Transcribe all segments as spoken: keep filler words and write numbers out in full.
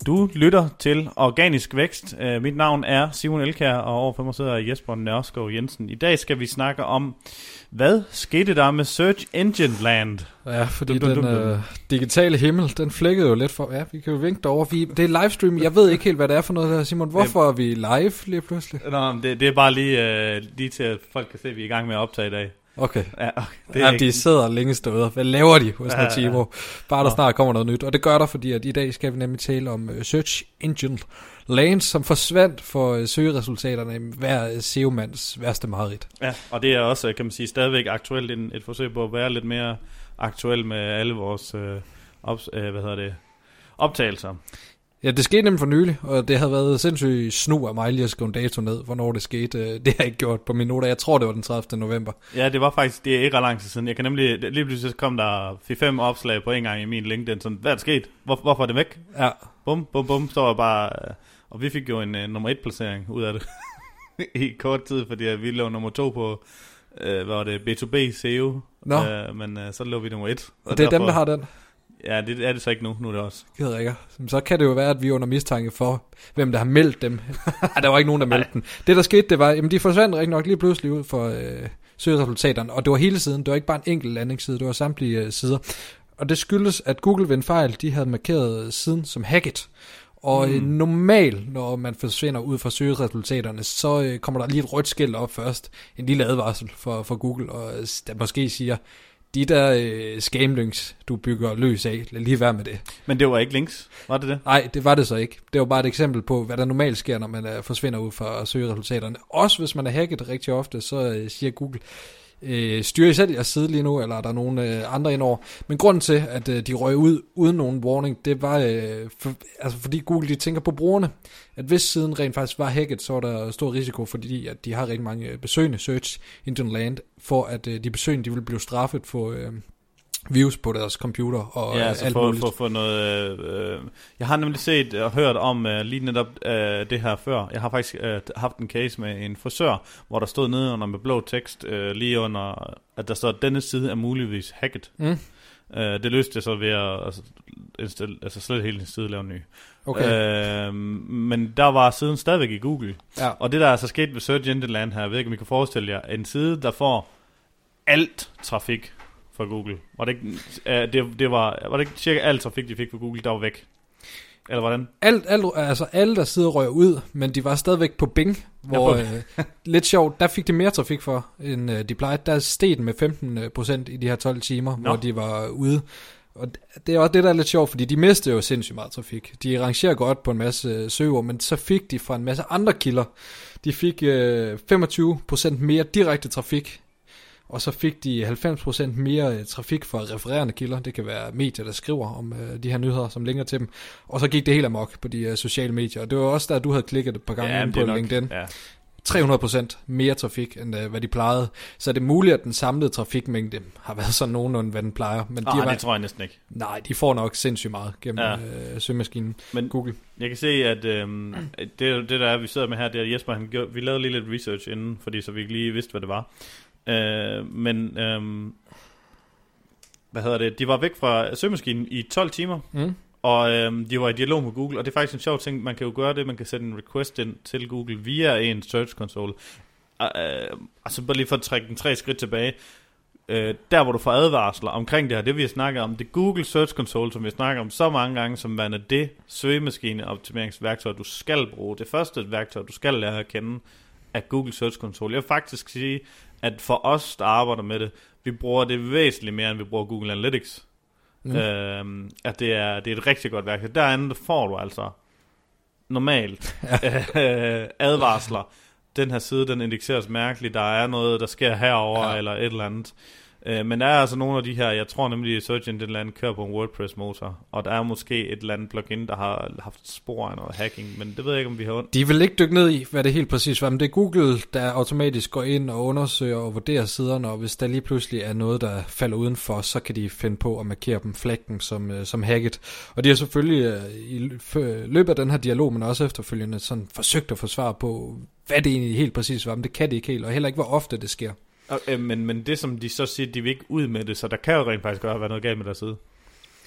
Du lytter til Organisk Vækst. Uh, mit navn er Simon Elkjær, og overfor mig sidder Jesper Nørskov Jensen. I dag skal vi snakke om, hvad skete der med Search Engine Land? Ja, fordi dum, dum, dum, dum. den øh, digitale himmel, den flækkede jo lidt for... Ja, vi kan jo vinke derovre. Vi, det er livestream. Jeg ved ikke helt, hvad det er for noget der, Simon. Hvorfor er vi live lige pludselig? Nå, det, det er bare lige, uh, lige til, at folk kan se, at vi er i gang med at optage i dag. Okay. Ja, okay. Det ja, de sidder længe stået. Hvad laver de hos ja, Nativo? Ja. Bare der Nå. snart kommer noget nyt. Og det gør der, fordi at i dag skal vi nemlig tale om uh, Search Engine Land, som forsvandt for uh, søgeresultaterne i hver S E O-mands værste mareridt. Ja, og det er også, kan man sige, stadigvæk aktuelt en, et forsøg på at være lidt mere aktuel med alle vores uh, ops, uh, hvad hedder det, optagelser. Ja, det skete nemlig for nylig, og det havde været sindssygt snu af mig lige at skrive en dato ned, hvornår det skete. Det har jeg ikke gjort på mine noter. Jeg tror, det var den tredivte november. Ja, det var faktisk, det er ikke ret lang tid siden. Jeg kan nemlig, lige pludselig kom der fire fem opslag på en gang i min LinkedIn. Sådan, hvad er der sket? Hvor, hvorfor er det væk? Ja. Bum, bum, bum, står jeg bare, og vi fik jo en uh, nummer et placering ud af det i kort tid, fordi vi lå nummer to på, uh, hvad var det, B to B S E O. No. Uh, men uh, så lå vi nummer et. Og, og det er derfor, dem, der har den? Ja, det er det så ikke nu. Nu er det også. Gider ikke. Så kan det jo være, at vi er under mistanke for, hvem der har meldt dem. Ej, der var ikke nogen, der meldte den. Det, der skete, det var, jamen de forsvandt rigtig nok lige pludselig ud for øh, søgeresultaterne. Og det var hele siden. Det var ikke bare en enkelt landingsside. Det var samtlige øh, sider. Og det skyldes, at Google ved en fejl, de havde markeret siden som hacket. Og mm. øh, normalt, når man forsvinder ud fra søgeresultaterne, så øh, kommer der lige et rødt skilt op først. En lille advarsel for, for Google, og øh, der måske siger... De der øh, scam-links, du bygger løs af, lad lige være med det. Men det var ikke links, var det det? Nej, det var det så ikke. Det var bare et eksempel på, hvad der normalt sker, når man øh, forsvinder ud fra søgeresultaterne. Også hvis man er hacket rigtig ofte, så øh, siger Google, øh, styrer I selv jeres side lige nu, eller er der nogen øh, andre indover? Men grunden til, at øh, de røg ud uden nogen warning, det var, øh, for, altså fordi Google de tænker på brugerne. At hvis siden rent faktisk var hacket, så var der stor risiko, fordi at de har rigtig mange besøgende Search Engine Land, for at øh, de besøgende, de vil blive straffet for øh, virus på deres computer og ja, altså alt for, muligt. For, for noget, øh, jeg har nemlig set og hørt om øh, lige netop øh, det her før. Jeg har faktisk øh, haft en case med en frisør, hvor der stod nede under med blå tekst, øh, lige under, at der stod, at denne side er muligvis hacket. Mm. Øh, det løste jeg så ved at altså, indstille, altså slet hele side lave en ny. Okay. Øh, men der var siden stadigvæk i Google. Ja. Og det der er så sket ved Search Engine Land her, jeg ved ikke om I kan forestille jer, en side der får alt trafik fra Google. Var det ikke, øh, det, det var, var det ikke cirka alt trafik de fik fra Google, der var væk? Eller hvordan? Alt, alt, altså alle der sidder røg ud, men de var stadigvæk på Bing, hvor ja, øh, lidt sjovt, der fik de mere trafik for, end øh, de plejede. Der steg den med femten procent i de her tolv timer, no. hvor de var ude. Og det er også det, der er lidt sjovt, fordi de mistede jo sindssygt meget trafik. De rangerer godt på en masse søger, men så fik de fra en masse andre kilder. De fik øh, femogtyve procent mere direkte trafik, og så fik de halvfems procent mere øh, trafik fra refererende kilder. Det kan være medier, der skriver om øh, de her nyheder, som linker til dem. Og så gik det helt amok på de øh, sociale medier. Og det var også der, du havde klikket et par gange ja, på nok, LinkedIn. Ja. tre hundrede procent mere trafik, end uh, hvad de plejede. Så er det muligt, at den samlede trafikmængde har været sådan nogenlunde, hvad den plejer. Men ah, de har, det tror jeg næsten ikke. Nej, de får nok sindssygt meget gennem ja. øh, søgemaskinen men Google. Jeg kan se, at øh, det, det der er, vi sidder med her, det er Jesper, han gjorde, vi lavede lige lidt research inden, fordi så vi ikke lige vidste, hvad det var. Øh, men, øh, hvad hedder det, de var væk fra søgemaskinen i tolv timer. Mm. Og øhm, de var i dialog med Google, og det er faktisk en sjov ting, man kan jo gøre det, man kan sætte en request ind til Google via en search console. Øh, altså bare lige for at trække den tre skridt tilbage, øh, der hvor du får advarsler omkring det her, det vi har snakket om, det Google Search Console, som vi har snakket om så mange gange, som værende det søgemaskineoptimeringsværktøj, du skal bruge. Det første værktøj, du skal lære at kende, er Google Search Console. Jeg vil faktisk sige, at for os, der arbejder med det, vi bruger det væsentligt mere, end vi bruger Google Analytics. Mm. Øhm, at det er, det er et rigtig godt værktøj. Derinde får du altså normalt øh, advarsler. Den her side, den indekseres mærkeligt. Der er noget, der sker herover ja. eller et eller andet. Øh, men der er altså nogle af de her, jeg tror nemlig, at Search Engine Land kører på en WordPress-motor. Og der er måske et eller andet plugin, der har haft spor af noget hacking. Men det ved jeg ikke, om vi har ondt. De vil ikke dykke ned i, hvad det helt præcis var. Men det er Google, der automatisk går ind og undersøger og vurderer siderne. Og hvis der lige pludselig er noget, der falder udenfor, så kan de finde på at markere dem, flagge dem som, som hacket. Og de har selvfølgelig i løbet af den her dialog, men også efterfølgende sådan forsøgt at få svar på, hvad det egentlig helt præcis var. Men det kan de ikke helt, og heller ikke, hvor ofte det sker. Okay, men, men det som de så siger, de vil ikke ud med det, så der kan jo rent faktisk gøre være noget galt med deres side.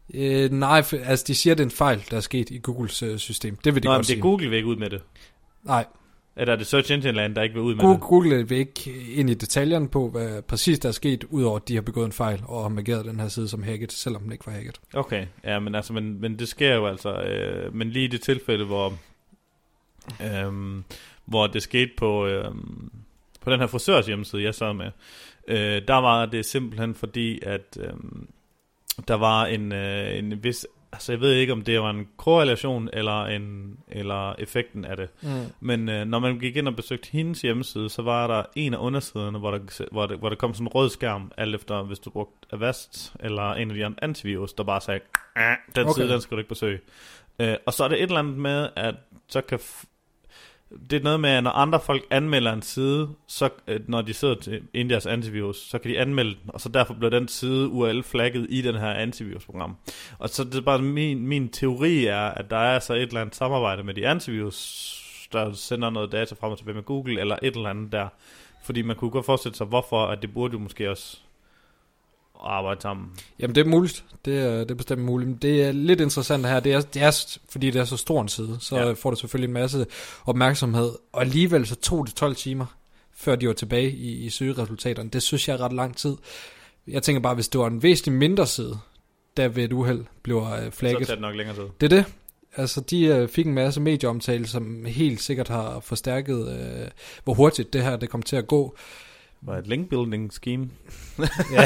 Øh, nej, for, altså de siger, det er en fejl, der er sket i Googles øh, system. Det vil de Nå, godt men det sige. er Google vil ikke ud med det. Nej. Eller er det Search Engine Land, der ikke vil ud med Google, det? Google vil ikke ind i detaljerne på, hvad præcis der er sket, udover at de har begået en fejl og har markeret den her side som hacket, selvom den ikke var hacket. Okay, ja, men altså, men, men det sker jo altså, øh, men lige i det tilfælde, hvor, øh, hvor det skete på, øh, på den her frisørs hjemmeside, jeg sad med, øh, der var det simpelthen fordi, at øh, der var en, øh, en vis, altså jeg ved ikke, om det var en korrelation eller, en, eller effekten af det, mm. men øh, når man gik ind og besøgte hendes hjemmeside, så var der en af undersiderne, hvor der, hvor der, hvor der kom sådan en rød skærm, alt efter hvis du brugte Avast eller en af de andre antivirus, der bare sagde, den okay. side, den skal du ikke besøge. Øh, og så er det et eller andet med, at så kan f- det er noget med, at når andre folk anmelder en side, så når de sidder til ind i deres antivirus, så kan de anmelde den, og så derfor bliver den side U R L-flagget i den her antivirusprogram. Og så det er bare min, min teori er, at der er så et eller andet samarbejde med de antivirus, der sender noget data frem og tilbage med Google, eller et eller andet der. Fordi man kunne godt forestille sig, hvorfor, at det burde jo måske også arbejde sammen. Jamen det er muligt, det er, det er bestemt muligt. Men det er lidt interessant her, det er, det er fordi det er så stor en side, så ja. får det selvfølgelig en masse opmærksomhed, og alligevel så tog det tolv timer, før de var tilbage i, i søgeresultaterne. Det synes jeg er ret lang tid. Jeg tænker bare, hvis det var en væsentlig mindre side, der ved et uheld bliver flagget. Så tager det nok længere tid. Det er det. Altså, de uh, fik en masse medieomtale, som helt sikkert har forstærket, uh, hvor hurtigt det her det kom til at gå. Var et link-building scheme? Ja,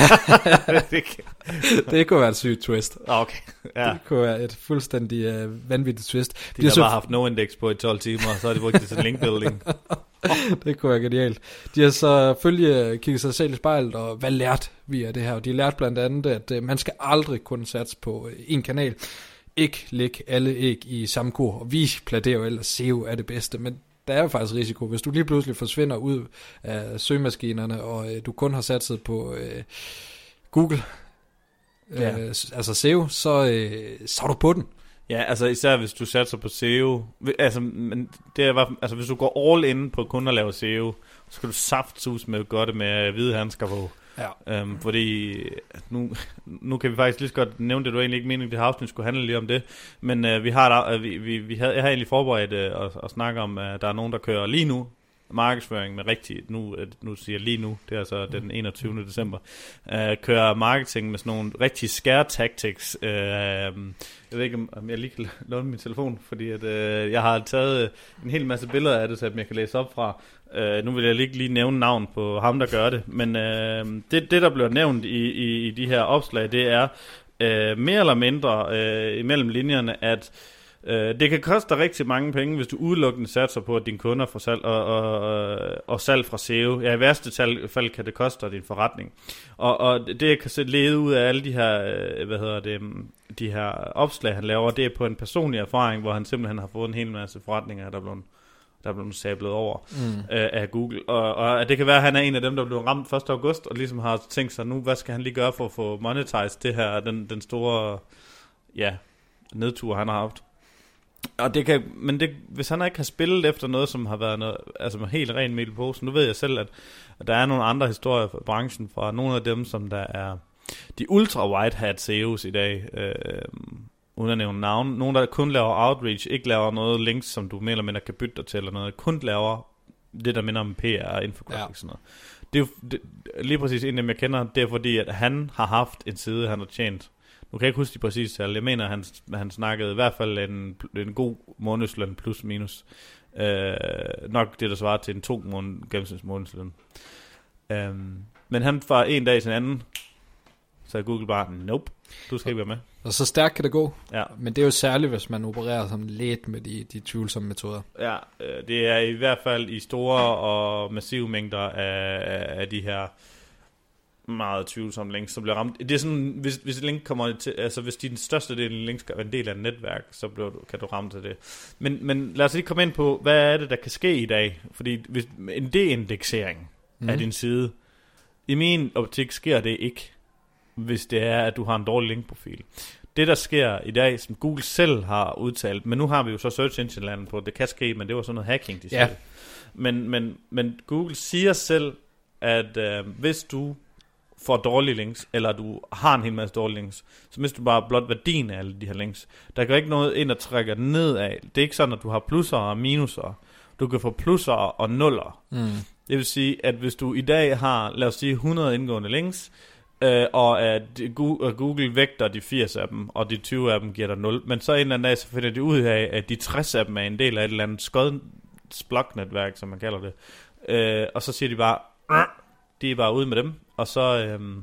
det kunne være et sygt twist. Okay. Ja. Det kunne være et fuldstændig uh, vanvittigt twist. De, de har så... bare haft no-index på i tolv timer, så har de brugt det til link-building. Det kunne være genialt. De har så følge kigget sig selv i spejlet, og hvad lærte vi af det her? Og de har lært blandt andet, at uh, man skal aldrig kun satse på uh, en kanal. Ikke lægge alle æg i samme kur. Og vi pladerer jo ellers S E O er det bedste, men der er jo faktisk risiko. Hvis du lige pludselig forsvinder ud af søgemaskinerne, og øh, du kun har satset på øh, Google, øh, ja. altså S E O, så, øh, så er du på den. Ja, altså især hvis du satser på S E O. Altså, men det er, altså hvis du går all in på kun at lave S E O, så skal du saftsus med at gøre det med hvide handsker på. Ja. Øhm, fordi nu, nu kan vi faktisk lige så godt nævne det, du egentlig ikke mener, at det her afsnit skulle handle lige om det, men øh, vi har der, øh, vi, vi, vi havde, jeg har egentlig forberedt øh, at, at snakke om, at der er nogen, der kører lige nu markedsføring med rigtigt, nu, øh, nu siger jeg lige nu, det er altså den enogtyvende december, øh, kører marketing med sådan nogle rigtig scare tactics. Øh, jeg ved ikke, om jeg lige kan låne min telefon, fordi at, øh, jeg har taget en hel masse billeder af det, så jeg kan læse op fra. Uh, nu vil jeg ikke lige nævne navn på ham, der gør det, men uh, det, det, der bliver nævnt i, i, i de her opslag, det er uh, mere eller mindre uh, imellem linjerne, at uh, det kan koste dig rigtig mange penge, hvis du udelukkende satser på, at dine kunder får salg og, og, og salg fra S E O. Ja, i værste fald kan det koste dig din forretning. Og, og det, jeg kan sætte lede ud af alle de her, uh, hvad hedder det, de her opslag, han laver, det er på en personlig erfaring, hvor han simpelthen har fået en hel masse forretninger, der er blevet der er blevet sablet over mm. øh, af Google. Og, og det kan være, at han er en af dem, der blev ramt første august, og ligesom har tænkt sig, nu, hvad skal han lige gøre for at få monetized det her, den, den store ja, nedtur, han har haft. Og det kan, men det, hvis han ikke har spillet efter noget, som har været noget, altså med helt ren mel i posen, nu ved jeg selv, at, at der er nogle andre historier fra branchen, fra nogle af dem, som der er de ultra white hat S E O's i dag, øh, uden at nævne navn. Nogen, der kun laver outreach, ikke laver noget links, som du mere eller mindre kan bytte dig til, eller noget. Kun laver det, der minder om P R og infographics. Ja. Sådan noget. Det er jo det, lige præcis en af dem, jeg kender, det er fordi, at han har haft en side, han har tjent. Nu kan jeg ikke huske de præcis tal. Jeg mener, at han, han snakkede i hvert fald en, en god månedsløn plus minus. Øh, nok det, der svarer til en to måned, gennemsnits månedsløn. Øh, men han fra en dag til en anden, så Google bare, nope, du skal ikke være med. Og så stærkt kan det gå. Ja. Men det er jo særligt, hvis man opererer som lidt med de, de tvivlsomme metoder. Ja, øh, det er i hvert fald i store og massive mængder af, af de her meget tvivlsomme links, som bliver ramt. Det er sådan, hvis, hvis et link kommer til, altså hvis din største del af link skal være en del af et netværk, så bliver du, kan du ramme til det. Men, men lad os lige komme ind på, hvad er det, der kan ske i dag? Fordi hvis, en de-indeksering mm. af din side, i min optik sker det ikke, hvis det er, at du har en dårlig linkprofil. Det, der sker i dag, som Google selv har udtalt, men nu har vi jo så Search Engine Land på, det kan ske, men det var sådan noget hacking, de siger. Ja. Men, men, men Google siger selv, at øh, hvis du får dårlige links, eller du har en hel masse dårlige links, så mister du bare blot værdien af alle de her links. Der går ikke noget ind, der trækker nedad. Det er ikke sådan, at du har plusser og minuser. Du kan få plusser og nuller. Mm. Det vil sige, at hvis du i dag har, lad os sige, hundrede indgående links, øh, og at Google vægter de firs af dem, og de tyve af dem giver dig nul, men så en eller anden dag, så finder de ud af, at de tres af dem er en del af et eller andet skodsblok-netværk, som man kalder det. Øh, og så siger de bare, de er bare ude med dem, og så øhm,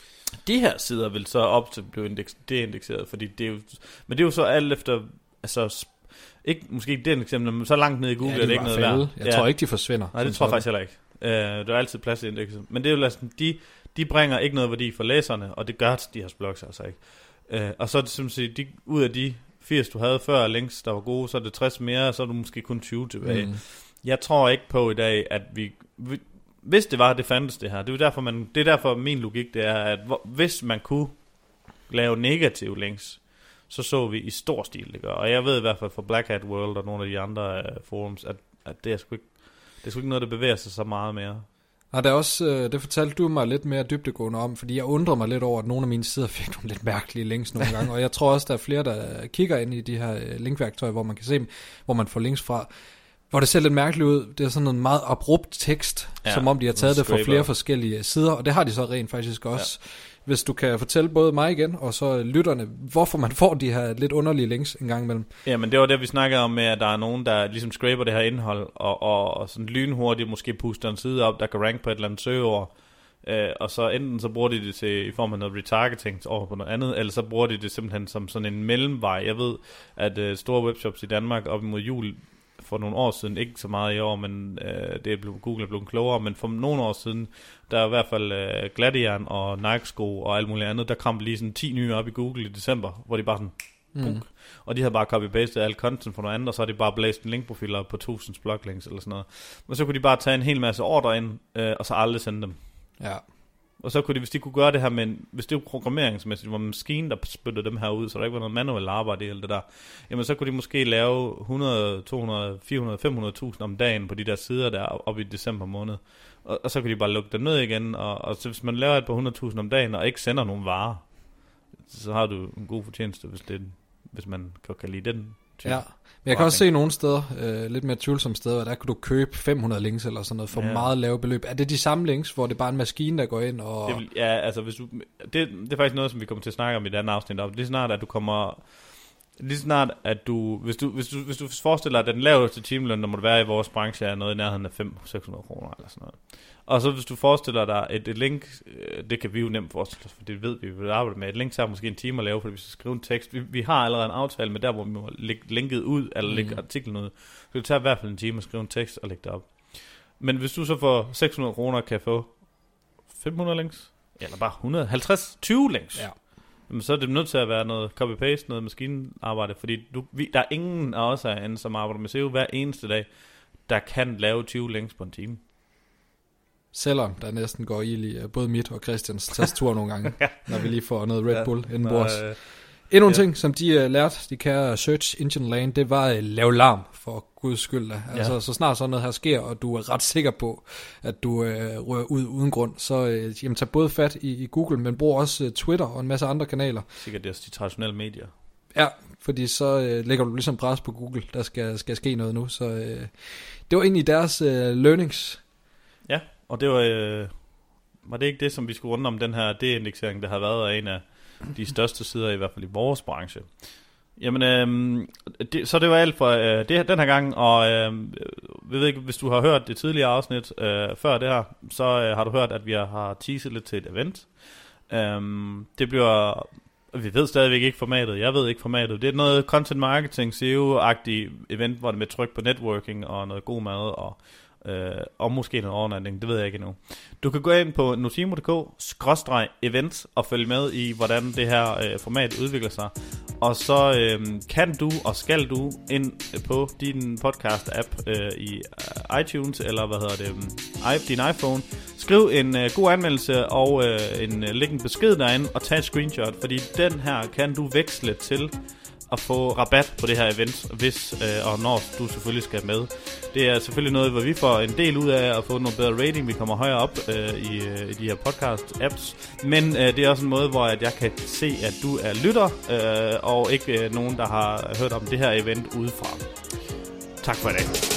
de her sider vil så op til blive indeks, deindekseret, fordi det er jo, men det er jo så alt efter, altså ikke måske ikke det eksempel, men så langt ned i Google, ja, det er det ikke noget værd. Jeg ja. tror ikke, de forsvinder. Nej, det tror jeg faktisk heller ikke. Øh, der er altid plads i indekset, men det er jo sådan, de, de bringer ikke noget værdi for læserne, og det gør de her blogs altså ikke. Øh, og så er det simpelthen, de, ud af de firs, du havde før links, der var gode, så er det tres mere, og så er du måske kun tyve tilbage. Mm. Jeg tror ikke på i dag, at vi, vi hvis det var, det fandtes det her. Det er derfor, man, det er derfor min logik, det er, at hvor, hvis man kunne lave negative links, så så vi i stor stil det gør. Og jeg ved i hvert fald fra Black Hat World og nogle af de andre uh, forums, at, at det er sgu ikke, det er sgu ikke noget, der bevæger sig så meget mere. Og det, er også, øh, det fortalte du mig lidt mere dybdegående om, fordi jeg undrer mig lidt over, at nogle af mine sider fik nogle lidt mærkelige links nogle gange, og jeg tror også, der er flere, der kigger ind i de her linkværktøjer, hvor man kan se dem, hvor man får links fra, hvor det ser lidt mærkeligt ud. Det er sådan en meget abrupt tekst, ja, som om de har taget det fra flere forskellige sider, og det har de så rent faktisk også. Ja. Hvis du kan fortælle både mig igen, og så lytterne, hvorfor man får de her lidt underlige links en gang imellem. Ja, men det var det, vi snakkede om med, at der er nogen, der ligesom scraper det her indhold, og, og, og sådan lynhurtigt måske puster en side op, der kan rank på et eller andet søgeord, øh, og så enten så bruger de det til, i form af noget retargeting over på noget andet, eller så bruger de det simpelthen som sådan en mellemvej. Jeg ved, at øh, store webshops i Danmark op imod jul, for nogle år siden, ikke så meget i år, men øh, det er blevet, Google er blevet klogere, men for nogle år siden, der er i hvert fald øh, Gladian og Nike-sko og alt muligt andet, der kom lige sådan ti nye op i Google i december, hvor de bare sådan, mm. og de havde bare copy-pastet alt content for noget andet, og så har de bare blæst en linkprofil op på tusind bloglinks eller sådan noget. Men så kunne de bare tage en hel masse ordre ind, øh, og så aldrig sende dem. Ja. Og så kunne de, hvis de kunne gøre det her med en, hvis det var programmeringsmæssigt, det var en maskine, der spyttede dem her ud, så der ikke var noget manuelt arbejde i alt det der, jamen så kunne de måske lave hundrede, to hundrede, fire hundrede, fem hundrede tusind om dagen på de der sider der op i december måned. Og, og så kunne de bare lukke dem ned igen, og, og så hvis man laver et par hundrede tusind om dagen, og ikke sender nogen varer, så har du en god fortjeneste, hvis, det, hvis man kan lide den. Ja, men jeg kan også se nogle steder, øh, lidt mere tvivlsomme steder, der kan du købe fem hundrede links eller sådan noget for ja. meget lave beløb. Er det de samme links, hvor det er bare en maskine, der går ind og... Det vil, ja, altså hvis du... Det, det er faktisk noget, som vi kommer til at snakke om i den afsnit op. Det er snart, at du kommer... Lige snart, at du... Hvis du, hvis du, hvis du forestiller dig, at den laveste timeløn, der må være i vores branche, er noget i nærheden af fem hundrede til seks hundrede kroner eller sådan noget. Og så hvis du forestiller dig et, et link, det kan vi jo nemt forestille os, for det ved vi, vi vil arbejde med. Et link tager måske en time at lave, fordi vi skal skrive en tekst. Vi, vi har allerede en aftale med der, hvor vi må lægge linket ud, eller lægge mm. artiklen ud. Så det tager i hvert fald en time at skrive en tekst og lægge det op. Men hvis du så for seks hundrede kroner kan få fem hundrede links, eller bare hundrede, halvtreds, tyve links, ja. Jamen, så er det nødt til at være noget copy-paste, noget maskinearbejde, fordi du, vi, der er ingen af os herinde, som arbejder med S E O hver eneste dag, der kan lave tyve links på en time. Selvom der næsten går ild i både mit og Christians tastatur nogle gange, ja. Når vi lige får noget Red Bull ja, indenbords. Øh, Endnu en ja. ting, som de uh, lærte, de kære Search Engine Land, det var uh, lav larm, for guds skyld. Altså, ja. Så snart sådan noget her sker, og du er ret sikker på, at du uh, rører ud uden grund, så uh, jamen, tag både fat i, i Google, men brug også uh, Twitter og en masse andre kanaler. Sikkert det er de traditionelle medier. Ja, fordi så uh, lægger du ligesom pres på Google, der skal, skal ske noget nu. Så uh, det var egentlig deres uh, learnings. Ja, og det var, øh, var det ikke det, som vi skulle runde om, den her deindeksering, der har været af en af de største sider, i hvert fald i vores branche. Jamen, øh, det, så det var alt for øh, det, den her gang, og øh, jeg ved ikke, hvis du har hørt det tidligere afsnit øh, før det her, så øh, har du hørt, at vi har teaset lidt til et event. Øh, det bliver, vi ved stadigvæk ikke formatet, jeg ved ikke formatet, det er noget content marketing, S E O-agtigt event, hvor det med tryk på networking og noget god mad og Øh, og måske noget overnatning, det ved jeg ikke endnu. Du kan gå ind på notimo punktum d k skråstreg event og følge med i, hvordan det her øh, format udvikler sig. Og så øh, kan du og skal du ind på din podcast-app øh, i uh, iTunes, eller hvad hedder det, um, din iPhone. Skriv en øh, god anmeldelse og øh, en, øh, læg en besked derinde og tag et screenshot, fordi den her kan du veksle til at få rabat på det her event, hvis øh, og når du selvfølgelig skal med. Det er selvfølgelig noget, hvor vi får en del ud af at få noget bedre rating. Vi kommer højere op øh, i, øh, i de her podcast-apps. Men øh, det er også en måde, hvor at jeg kan se, at du er lytter, øh, og ikke øh, nogen, der har hørt om det her event udefra. Tak for i dag.